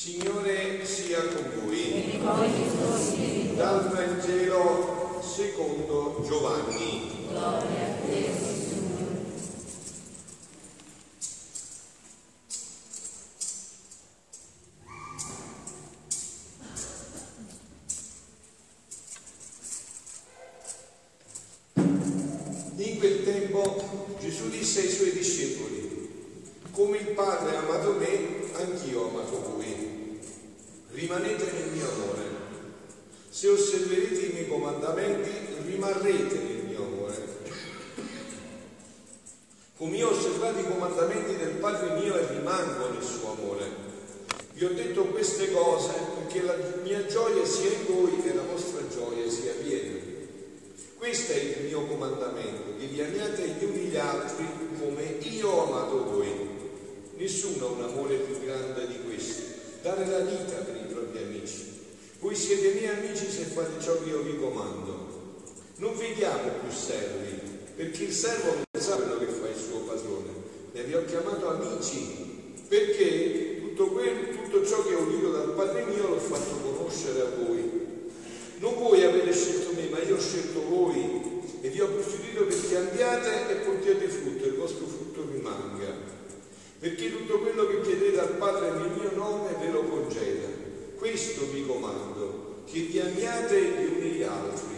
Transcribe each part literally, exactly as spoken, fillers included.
Signore sia con voi. E con il tuo spirito. Dal Vangelo secondo Giovanni. Gloria a te, Signore. In quel tempo Gesù disse ai suoi discepoli: come il Padre ha amato me, anch'io ho amato voi. Rimanete nel mio amore. Se osserverete i miei comandamenti, rimarrete nel mio amore. Come io ho osservato i comandamenti del Padre mio e rimango nel suo amore. Vi ho detto queste cose perché la mia gioia sia in voi e la vostra gioia sia piena. Questo è il mio comandamento, che vi amiate gli uni gli altri come io ho amato voi. Nessuno ha un amore più grande di questo, dare la vita per i propri amici. Voi siete miei amici se fate ciò che io vi comando. Non vi chiamo più servi, perché il servo non sa quello che fa il suo padrone. Ne vi ho chiamato amici, perché tutto, quel, tutto ciò che ho udito dal Padre mio l'ho fatto conoscere a voi. Non voi avete scelto me, ma io ho scelto voi e vi ho costituito perché andiate e portiate frutto e il vostro frutto rimanga. Perché tutto quello che chiedete al Padre nel mio nome ve lo conceda. Questo vi comando, che vi amiate gli uni gli altri.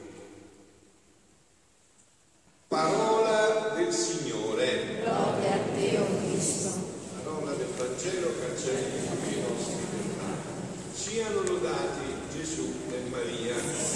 Parola del Signore. Gloria a te, o Cristo. Parola del Vangelo cancelli tutti i nostri peccati. Siano lodati Gesù e Maria.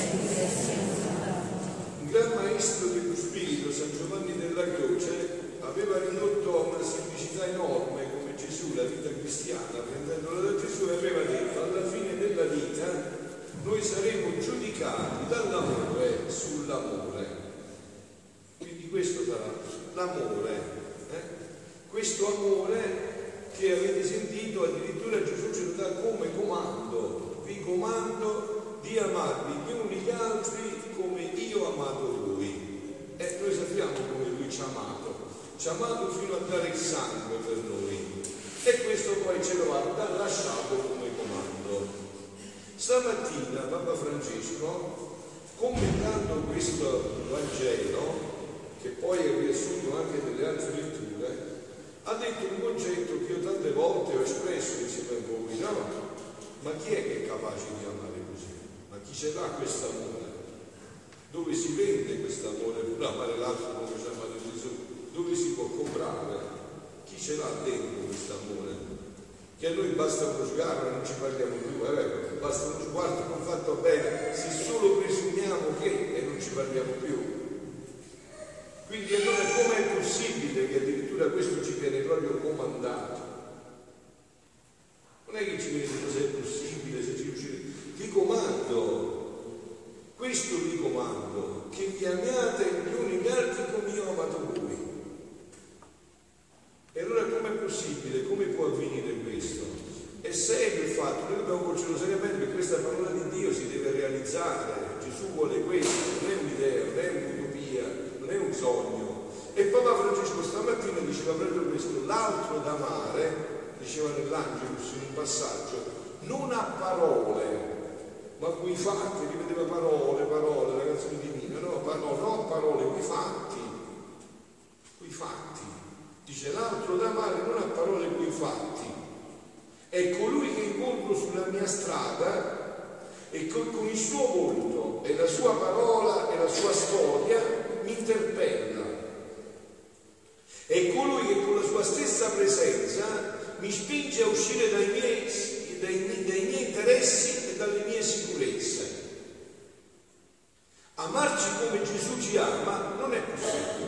Un gran maestro dello Spirito, San Giovanni della Croce, aveva ridotto a una semplicità enorme come Gesù la vita cristiana, prendendola da Gesù, e aveva detto: alla fine della vita noi saremo giudicati dall'amore sull'amore. Quindi questo sarà l'amore, eh? Questo amore che avete sentito, addirittura Gesù ce lo dà come comando: vi comando di amarvi gli uni gli altri come io ho amato voi. E noi sappiamo come lui ci ha amato. Ci ha amato fino a dare il sangue per noi, e questo poi ce lo ha lasciato come comando. Stamattina Papa Francesco, commentando questo Vangelo, che poi è riassunto anche nelle altre letture, ha detto un concetto che io tante volte ho espresso insieme a voi, no? Ma chi è che è capace di amare così? Ma chi ce l'ha questo amore? Dove si vende questo amore per amare l'altro come ci ha amato Gesù? Dove si può comprare? Chi ce l'ha dentro questo amore? Che a noi basta uno sguardo e non ci parliamo più, eh? Basta uno sguardo non fatto bene, se solo presumiamo che e non ci parliamo più. Quindi allora com'è possibile che addirittura questo ci viene proprio comandato? Non è che ci viene detto se è possibile, se ci riuscite. Vi comando, questo vi comando, che vi amiate gli uni gli altri come io ho amato voi. E allora com'è possibile? Come può avvenire questo? È serio il fatto, noi dobbiamo porcelo seriamente, perché questa parola di Dio si deve realizzare. Gesù vuole questo, non è un'idea, non è un'utopia, non è un sogno. E Papa Francesco stamattina diceva proprio questo: l'altro da amare, diceva nell'Angelus in un passaggio, non a parole, ma coi fatti. Ripeteva parole, parole, la canzone di Nina, no, parole, no a parole, coi fatti, coi fatti. Dice l'altro da amare non a parole, coi fatti. È colui che incontro sulla mia strada e con, con il suo volto e la sua parola e la sua storia mi interpella. È colui che con la sua stessa presenza mi spinge a uscire dai miei, dai, dai miei interessi e dalle mie sicurezze. Amarci come Gesù ci ama non è possibile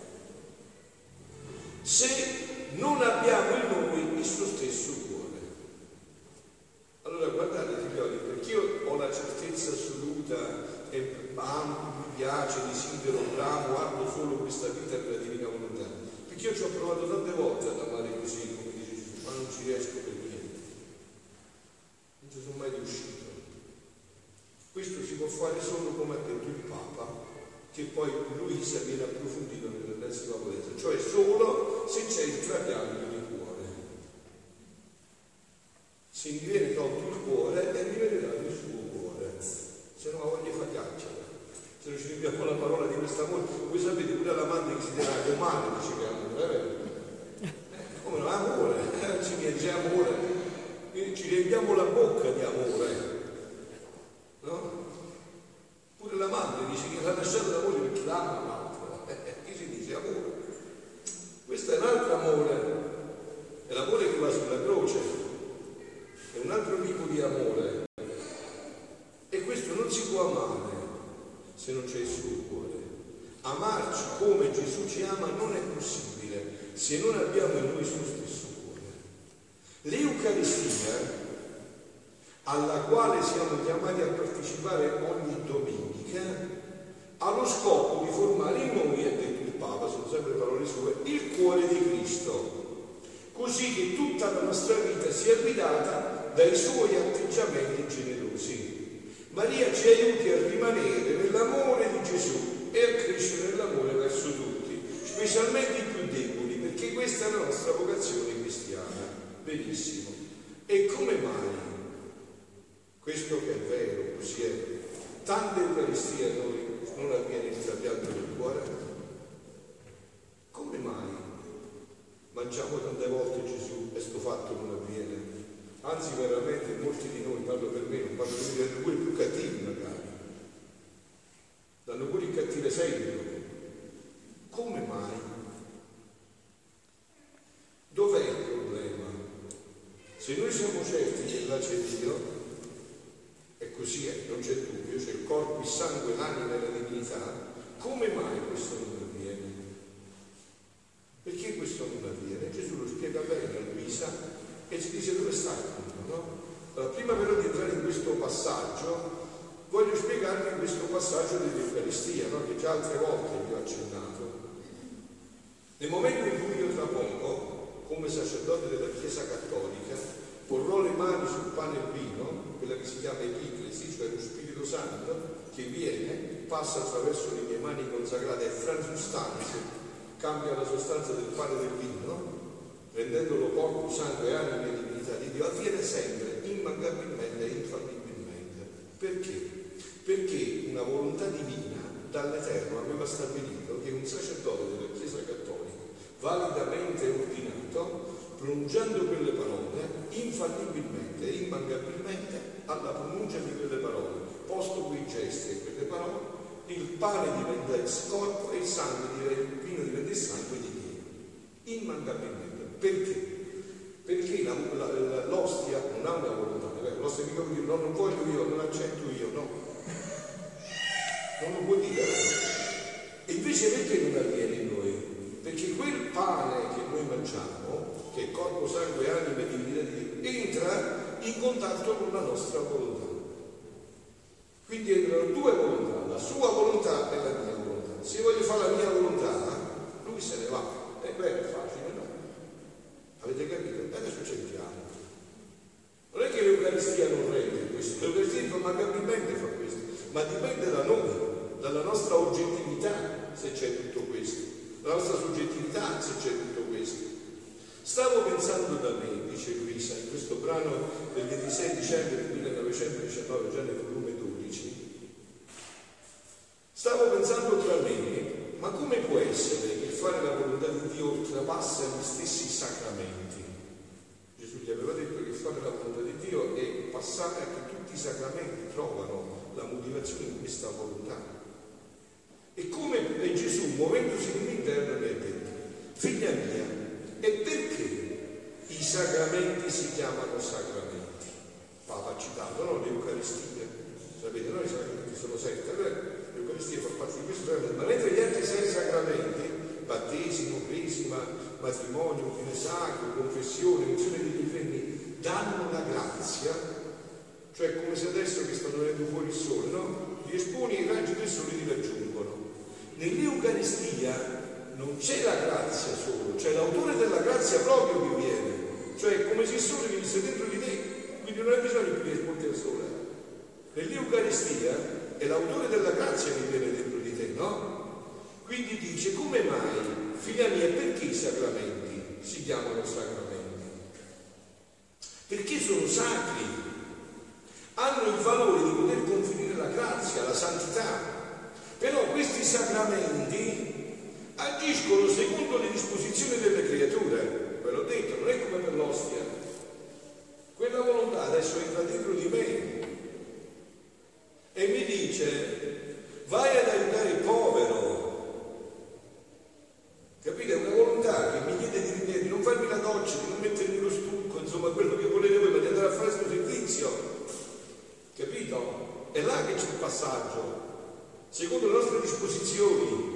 se non abbiamo in noi il suo stesso cuore. Allora guardate figlioli, perché io ho la certezza assoluta e amo, mi piace, desidero, bramo, guardo solo questa vita per la divina volontà, perché io ci ho provato tante volte ad amare così come dice Gesù, ma non ci riesco per niente, non ci sono mai riuscito. Questo si può fare solo come ha detto il Papa, che poi Luisa viene approfondito nell'ennesima potenza, cioè solo se c'è il trapianto di cuore. se mi viene tolto il cuore e mi viene dato il suo cuore, se no la voglio far chiacchiere. Se non ci rendiamo la parola di questo amore, voi sapete pure l'amante che si tiene a comando dice che è amore, è vero? Eh, come no, è amore, eh, ci viene, c'è amore, ci riempiamo la bocca di amore, no? Pure l'amante dice che l'ha lasciato l'amore perché l'ama l'altro, eh, chi si dice amore? Questo è un altro amore, è l'amore che va sulla croce, è un altro tipo di amore, e questo non si può amare se non c'è il suo cuore. Amarci come Gesù ci ama non è possibile se non abbiamo in noi il suo stesso cuore. L'Eucaristia, alla quale siamo chiamati a partecipare ogni domenica, ha lo scopo di formare in noi, ha detto il Papa, sono sempre parole sue, il cuore di Cristo, così che tutta la nostra vita sia guidata dai suoi atteggiamenti generosi. Maria ci aiuti a rimanere nell'amore di Gesù e a crescere nell'amore verso tutti, specialmente i più deboli, perché questa è la nostra vocazione cristiana. Benissimo. E come mai questo che è vero, così è, tante Eucaristie a noi non avviene il trapianto del cuore? Come mai mangiamo tante volte Gesù e sto fatto non avviene? Anzi, veramente molti di noi, parlo per me, non parlo per me, danno pure più cattivi magari, danno pure il cattivo esempio. Come mai? Dov'è il problema? Se noi siamo certi che là c'è Dio, e così è, non c'è dubbio, c'è il corpo, il sangue, l'anima e la divinità, come mai questo non avviene? Perché questo non avviene? Gesù lo spiega bene a Luisa e ci dice dove sta il punto, no? Allora, prima però di entrare in questo passaggio, voglio spiegarvi questo passaggio dell'Eucaristia, no? Che già altre volte vi ho accennato. Nel momento in cui io tra poco, come sacerdote della Chiesa Cattolica, porrò le mani sul pane e vino, quella che si chiama epiclesi, cioè lo Spirito Santo che viene, passa attraverso le mie mani consacrate e transustanze, cambia la sostanza del pane e del vino, rendendolo corpo, sangue, anima e divinità di Dio, avviene sempre, immancabilmente e infallibilmente. Perché? Perché una volontà divina dall'Eterno aveva stabilito che un sacerdote della Chiesa Cattolica, validamente ordinato, pronunciando quelle parole, infallibilmente e immancabilmente, alla pronuncia di quelle parole, posto quei gesti e quelle parole, il pane diventa il corpo e il sangue diventa il vino, diventa il sangue di Dio. Immancabilmente. Perché? Perché la, la, la, l'ostia non ha una volontà, l'ostia mica può dire no, non voglio io, non accetto io, no. Non lo può dire. E invece perché non avviene in noi? Perché quel pane che noi mangiamo, che è corpo, sangue, anima e divinità di Dio, entra in contatto con la nostra volontà. Quindi entrano due volontà, la sua volontà e la mia volontà. Se io voglio fare la mia volontà, lui se ne va. E beh, è facile, no? Avete capito? E adesso cerchiamo. Non è che l'Eucaristia non rende questo, l'Eucaristia immancabilmente fa questo, ma dipende da noi, dalla nostra oggettività se c'è tutto questo, dalla nostra soggettività se c'è tutto questo. Stavo pensando da me, dice Luisa, in questo brano del ventisei dicembre millenovecentodiciannove, già nel volume dodici, stavo pensando tra me, ma come può essere che fare la volontà di Dio oltrepassa gli stessi sacramenti? Gesù gli aveva detto che fare la volontà di Dio è passare a che tutti i sacramenti trovano la motivazione in questa volontà. E come e Gesù, muovendosi nell'interno, mi ha detto: figlia mia, e perché i sacramenti si chiamano sacramenti? Papa ha citato, no? L'Eucaristia. Sapete, noi i sacramenti sono sette, l'Eucaristia fa parte di questo sacramento, ma mentre gli altri sei sacramenti, battesimo, cresima, matrimonio, fine sacro, confessione, unzione degli infermi, danno la grazia, cioè come se adesso che stanno venendo fuori il sole, no? Gli esponi e i raggi del sole ti raggiungono. Nell'Eucaristia non c'è la grazia solo, c'è l'autore della grazia proprio che viene, cioè come se il sole venisse dentro di te, quindi non hai bisogno più di esporti al sole. Nell'Eucaristia è l'autore della grazia che viene dentro di te, no? Quindi dice: come mai, figlia mia, perché i sacramenti si chiamano sacramenti? Perché sono sacri, hanno il valore di poter conferire la grazia, la santità. Però questi sacramenti agiscono secondo le disposizioni delle creature, ve l'ho detto, non è come per l'ostia. Quella volontà adesso entra dentro di me e mi dice: vai ad aiutare il povero. Capite? È una volontà che mi chiede di, di non farmi la doccia, di non mettermi lo stucco, insomma quello che volete voi, ma di andare a fare questo servizio. Capito? È là che c'è il passaggio, secondo le nostre disposizioni.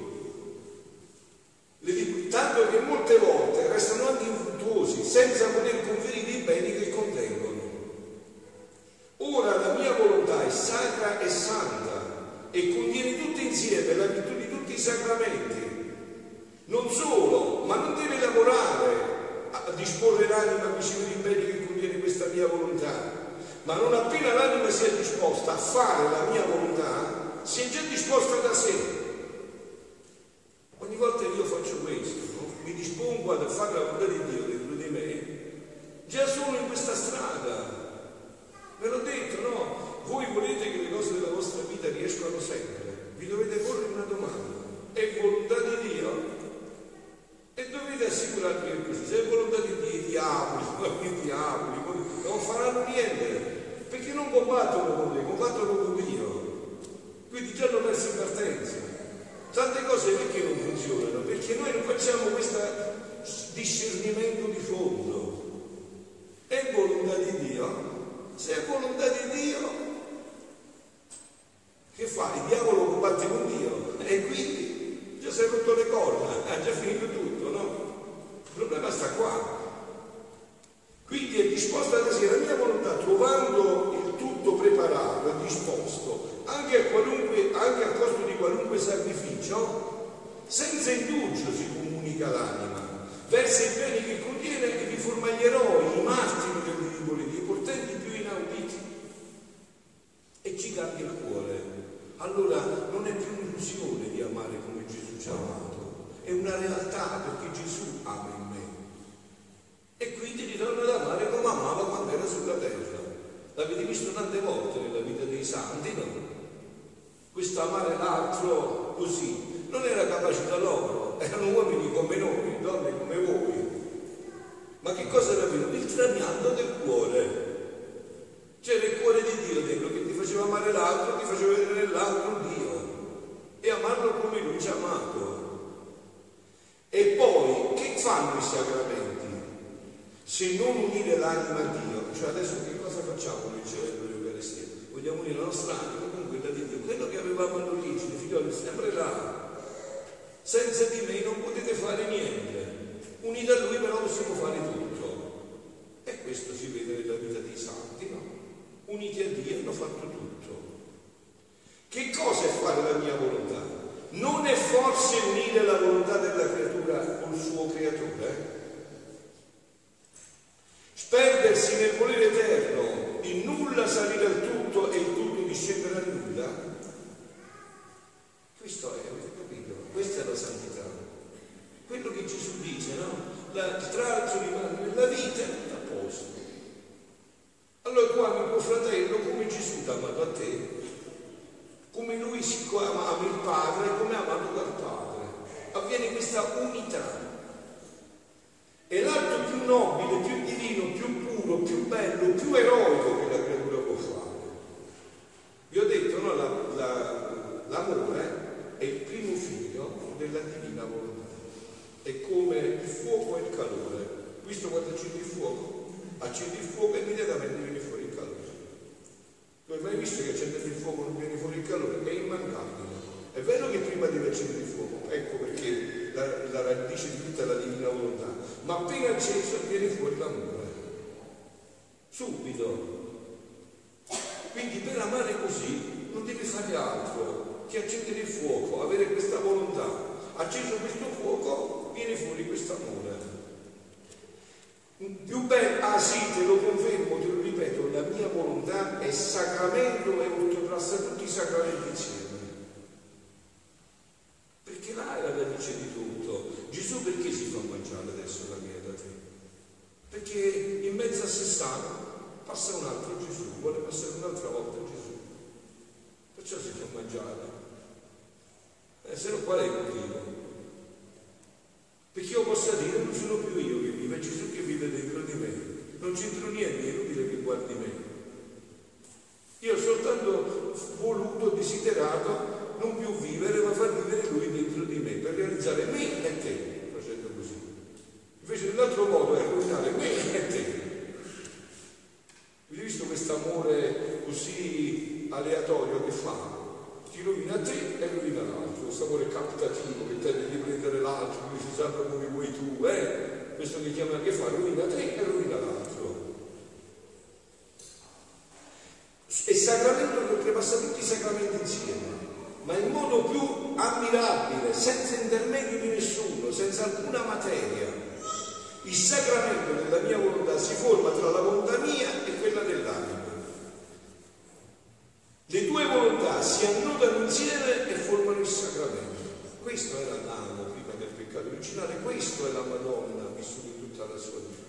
Le, tanto che molte volte restano anche infruttuosi, senza poter conferire i beni che contengono. Ora la mia volontà è sacra e santa e contiene tutte insieme la virtù di tutti i sacramenti. Non solo, ma non deve lavorare a disporre l'anima vicino ai beni che contiene questa mia volontà. Ma non appena l'anima si è disposta a fare la mia volontà, si è già disposta da sé. Ogni volta che io faccio questo, no? Mi dispongo ad fare la volontà di Dio dentro di me, già sono in questa strada. Ve l'ho detto, no? Voi volete che le cose della vostra vita riescano sempre, vi dovete porre una domanda: è volontà di Dio? E dovete assicurarvi che così, se è volontà di Dio, i diavoli, i diavoli non faranno niente, perché non combattono con te, combattono con Dio. Quindi già hanno perso in partenza. Tante cose perché non funzionano? Perché noi non facciamo questo discernimento di fondo. È volontà di Dio? Se è volontà di Dio, che fa? Il diavolo combatte con Dio e quindi già si è rotto le corna, ha già finito tutto, no? Il problema sta qua. Quindi è disposta da sé la mia volontà, trovando il tutto preparato e disposto, anche a, qualunque, anche a costo di qualunque sacrificio, senza indugio si comunica l'anima, verso i beni che contiene e vi forma gli eroi, i martiri degli deboli, i portenti più inauditi. E ci cambia il cuore. Allora non è più un'illusione di amare come Gesù ci ha amato, è una realtà, perché Gesù ama in me. E quindi ritorna ad amare come amava quando era sulla terra. L'avete visto tante volte nella vita dei santi, no? Questo amare l'altro così non era capacità loro, erano uomini come noi, donne come voi. Ma che cosa era venuto? Il trapianto del cuore. C'era il cuore di Dio dentro che ti faceva amare l'altro, ti faceva vedere nell'altro Dio e amarlo come Lui ci ha amato. E poi che fanno i sacramenti? Se non unire l'anima a Dio, cioè adesso che cosa facciamo noi celebri l'Eucaristia? Vogliamo unire la nostra anima con quella di Dio, quello che avevamo all'origine, figlioli, sempre là. Senza di me non potete fare niente, uniti a Lui però possiamo fare tutto. E questo si vede nella vita dei santi, no? Uniti a Dio hanno fatto tutto. Che cosa è fare la mia volontà? Non è forse unire la volontà della creatura col suo creatore? Sperdersi nel volere eterno, in nulla salire al tutto e il tutto discendere a nulla? Questo è, avete capito? Questa è la santità. Quello che Gesù dice, no? La, il tralcio rimane nella vita e tutto a posto. Allora tu ami il tuo fratello come Gesù ti ha amato a te, come lui si ama il Padre, come ha amato dal Padre. Avviene questa unità. E l'atto più nobile, più divino, più puro, più bello, più eroico che la creatura può fare. Vi ho detto, no, la, la, l'amore è il primo figlio della divina volontà. È come il fuoco e il calore. Visto quando accendi il fuoco? Accendi il fuoco e immediatamente viene fuori il calore. Tu hai mai visto che accendendo il fuoco non viene fuori il calore? È immancabile. È vero che prima devi accendere il fuoco, ecco perché la, la radice di tutta la divina volontà, ma appena acceso viene fuori l'amore. Subito. Quindi per amare così non devi fare altro che accendere il fuoco, avere questa volontà. Acceso questo fuoco, viene fuori questo amore. Più bello, ah sì, te lo confermo, te lo ripeto, la mia volontà è sacramento e ortodossa tutti i sacramenti insieme. Perché là è la radice di tutto. Gesù perché si fa mangiare adesso da me e da te? Perché in mezzo a sé stava passa un altro Gesù, vuole passare un'altra volta Gesù, perciò si fa mangiare, eh, se no qual è il motivo? Perché io posso dire non sono più io che vivo, è Gesù che vive dentro di me, non c'entro niente, è inutile che guardi me, io ho soltanto voluto, desiderato non più vivere ma far vivere Lui dentro di me per realizzare me e te, facendo così. Invece nell'altro modo è rovinare me e te. Avete visto questo amore così aleatorio che fa? Ti rovina te e rovina l'altro, questo amore captativo che tende di prendere l'altro, come si salva come vuoi tu, eh? Questo che chiama che fa? Rovina te e rovina l'altro. E sacramento che oltrepassa tutti i sacramenti insieme, ma in modo più ammirabile, senza intermedio di nessuno, senza alcuna materia. Il sacramento della mia volontà si forma tra la volontà mia e quella dell'anima. Le due volontà si annodano insieme e formano il sacramento. Questo era l'animo prima del peccato originale, questo è la Madonna vissuta in tutta la sua vita.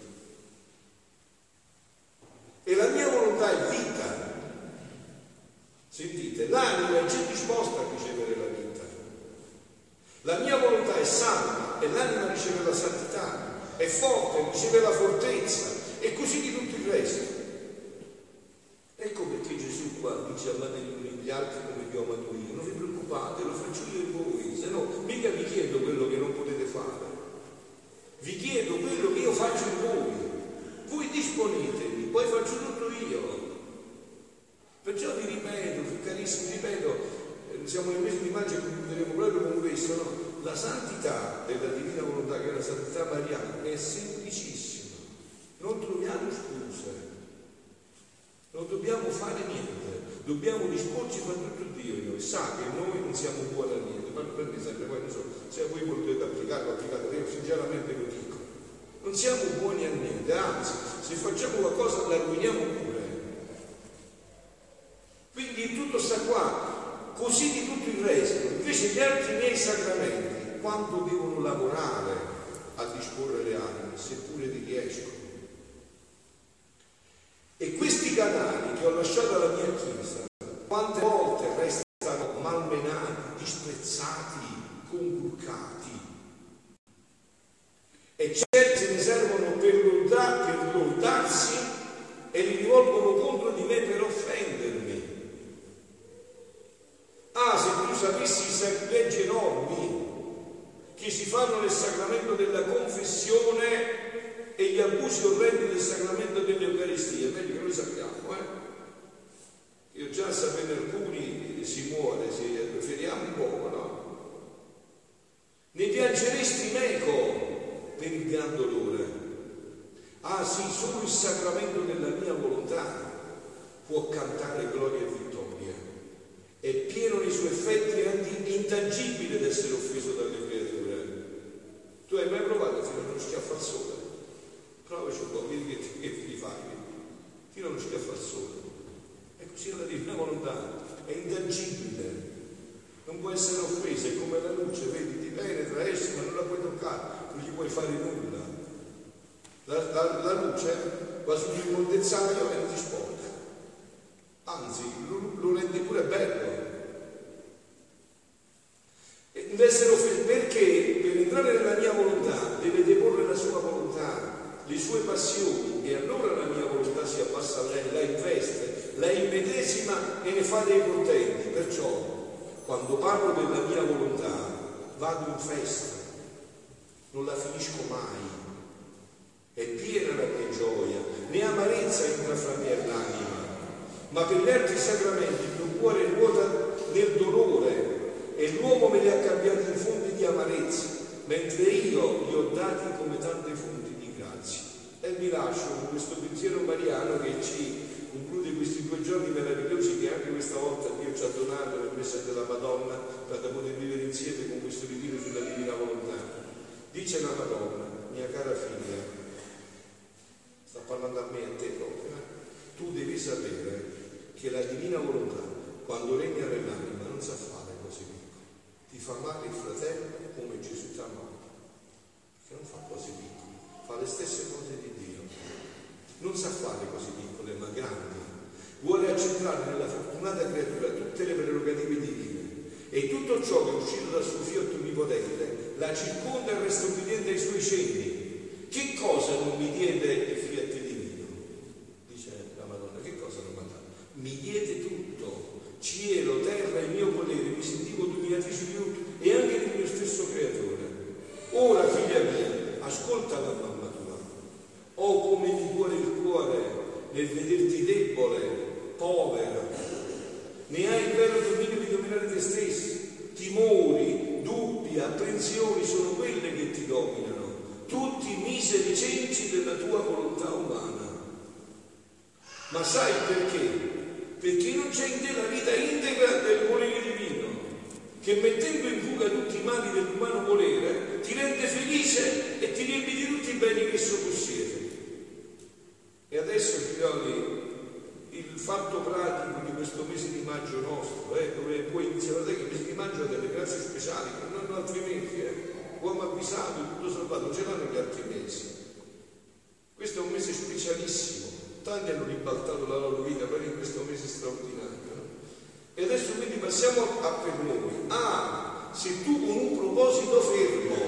E la mia volontà è vita. Sentite, l'anima è già disposta a ricevere la vita. La mia volontà è santa e l'anima riceve la santità. È forte, riceve la fortezza e così di tutto il resto. Ecco perché Gesù qua dice amate gli uni gli altri come vi ho amato io. Non vi preoccupate, lo faccio io in voi, se no mica vi chiedo quello che non potete fare, vi chiedo quello che io faccio in voi, voi disponetevi, poi faccio tutto io. Perciò vi ripeto, carissimi, ripeto, siamo nel mese di maggio e concluderemo proprio con questo, no? La santità della divina volontà, che è la santità mariana, è semplicissima, non troviamo scuse, non dobbiamo fare niente, dobbiamo disporci a fare tutto Dio. Noi sa che noi non siamo buoni a niente, ma per me sempre, poi non so, se voi volete applicarlo, applicate, io sinceramente lo dico, non siamo buoni a niente, anzi, se facciamo qualcosa la roviniamo pure. Quindi tutto sta qua, così di tutto il resto. Invece gli altri miei sacramenti, quanto devono lavorare a disporre le anime, seppure ti riescono. E questi canali che ho lasciato alla mia Chiesa, quante volte restano malmenati, disprezzati, conculcati. E certi se ne servono per, lodar, per lodarsi e li rivolgono contro di me per offendermi. Ah, se tu sapessi i sacrilegi enormi che si fanno nel sacramento della confessione e gli abusi orrendi del sacramento dell'Eucaristia, meglio che noi sappiamo, eh? Io già sapendo alcuni si muore, si preferiamo un po', no? Ne piangeresti meco per il gran dolore. Ah sì, solo il sacramento della mia volontà può cantare gloria e vittoria. È pieno nei suoi effetti, è intangibile ad essere offeso dalle creature. Tu hai mai provato a tirare uno schiaffo al sole? Provaci un po', vedi che, che ti fai. Tira uno schiaffo al sole. E così la divina volontà è intangibile, non può essere offesa, è come la luce, vedi, ti penetra, esce, ma non la puoi toccare, non gli puoi fare nulla. La, la, la luce va sul immondezzaio e non ti sporca. Anzi, lo, lo rende pure bello. E deve essere offeso perché per entrare nella mia volontà deve deporre la sua volontà, le sue passioni, e allora la mia volontà si abbassa a lei, la investe, la immedesima e ne fa dei portenti. Perciò, quando parlo della mia volontà, vado in festa, non la finisco mai. È piena la mia gioia, né amarezza entra fra me e l'anima. Ma per gli altri sacramenti il mio cuore ruota nel dolore e l'uomo me li ha cambiati in fonti di amarezza, mentre io li ho dati come tante fonti di grazia. E vi lascio con questo pensiero mariano che ci conclude questi due giorni meravigliosi che anche questa volta Dio ci ha donato nel mese della Madonna per poter vivere insieme con questo ritiro sulla divina volontà. Dice la Madonna, mia cara figlia, sta parlando a me e a te proprio, eh? Tu devi sapere che la divina volontà, quando regna nell'anima, non sa fare cose piccole. Ti fa male il fratello come Gesù ti ha amato, perché non fa cose piccole, fa le stesse cose di Dio. non sa fare cose piccole ma grandi, vuole accentrare nella fortunata creatura tutte le prerogative divine e tutto ciò che è uscito dal suo fiat onnipotente la circonda e resta obbediente ai suoi cenni. Che cosa non mi diede il fiat divino? Dice la Madonna, che cosa non mi ha dato? Mi diede tutto, cielo, terra e mio potere, mi sentivo dominatrice di tutto e anche del mio stesso creatore. Ora, figlia mia, ascolta la mamma tua. Oh, come mi duole il cuore nel vederti debole, povera. Ne hai il vero dominio di dominare te stesso. Timori, dubbi, apprensioni sono quelle che ti dominano. Tutti i miseri cenci della tua volontà umana. Ma sai perché? Perché non c'è in te la vita integra del volere divino, che mettendo in fuga tutti i mali dell'umano volere ti rende felice e ti riempie di tutti i beni che esso possiede. E adesso, figlioli, il fatto pratico di questo mese di maggio nostro, eh, dove poi iniziare te che il mese di maggio ha delle grazie speciali che non hanno altri mesi, eh. Uomo avvisato, tutto salvato, non ce l'hanno gli altri mesi. Questo è un mese specialissimo, tanti hanno ribaltato la loro vita per in questo mese straordinario. No? E adesso quindi passiamo a per noi. Ah, se tu con un proposito fermo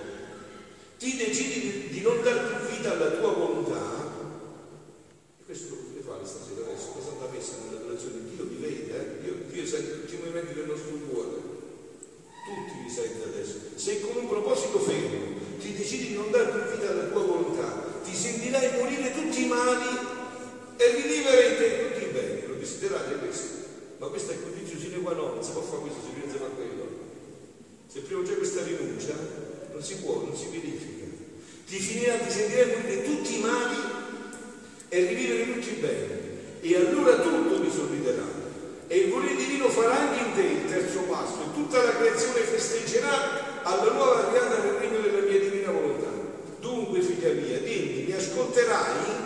ti decidi di, di non dar più vita alla tua volontà, e questo lo potete fare stasera adesso, la Santa Messa nell'adorazione, Dio vi vede, eh? Dio, Dio sente tutti i movimenti del nostro cuore, tutti vi sente adesso. Se con un proposito fermo ti decidi di non dar più vita alla tua volontà, ti sentirai morire tutti i mali e rivivere in te tutti i beni. Lo desiderate questo? Ma questa è condizione sine qua non, non si può fare questo se prima si fa quello. Se prima c'è questa rinuncia, non si può, non si verifica. Ti finirà, ti sentirai morire tutti i mali e rivivere tutti i beni. E allora tutto ti sorriderà. E il volere divino farà anche in te il terzo passo e tutta la creazione festeggerà alla nuova arrivata nel regno della mia divina volontà. Dunque, figlia mia, dimmi, mi ascolterai?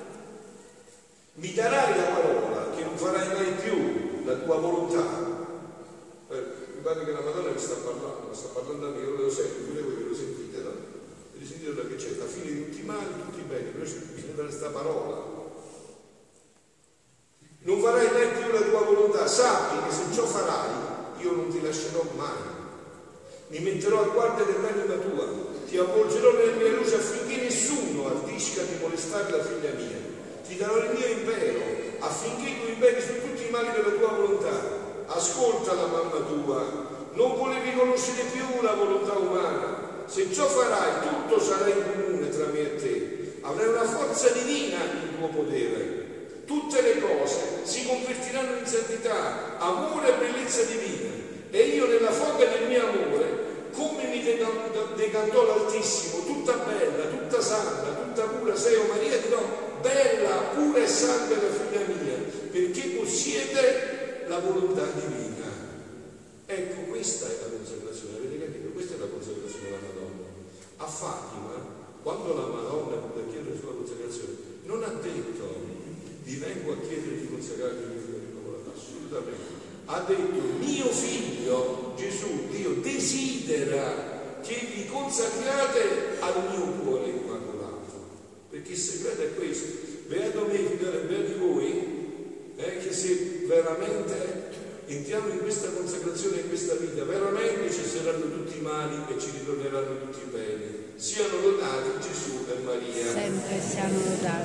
Mi darai la parola che non farai mai più la tua volontà? Eh, mi pare che la Madonna mi sta parlando, mi sta parlando a me, io lo sento, pure voi lo sentite, no? E sentite che c'è la fine di tutti i mali, tutti i beni, però bisogna dare questa parola. Non farai mai più la tua volontà, sappi che se ciò farai io non ti lascerò mai. Mi metterò a guardia dell'anima tua, ti avvolgerò nella mia luce affinché nessuno ardisca di molestare la figlia mia. Ti darò il mio impero affinché tu imperi su tutti i mali della tua volontà. Ascolta la mamma tua, non volevi conoscere più la volontà umana. Se ciò farai, tutto sarà in comune tra me e te. Avrai una forza divina nel tuo potere. Tutte le cose si convertiranno in santità, amore e bellezza divina. E io nella foga del mio amore, come mi decantò l'Altissimo, tutta bella, tutta santa, tutta pura, sei o Maria, dirò, bella, pura e santa la figlia mia, perché possiede la volontà divina. Ecco, questa è la consacrazione, avete capito? Questa è la consacrazione della Madonna. A Fatima, quando la Madonna poteva chiedere sulla consacrazione, non ha detto vi vengo a chiedere di consacrare il mio figlio, assolutamente. Ha detto mio figlio Gesù, Dio desidera che vi consacriate al mio cuore immacolato, perché il segreto è questo. Beato me, figlioli, beati voi, eh, che se veramente entriamo in questa consacrazione, in questa vita, veramente cesseranno tutti i mali e ci ritorneranno tutti i beni. Siano lodati Gesù e Maria. Sempre siano lodati.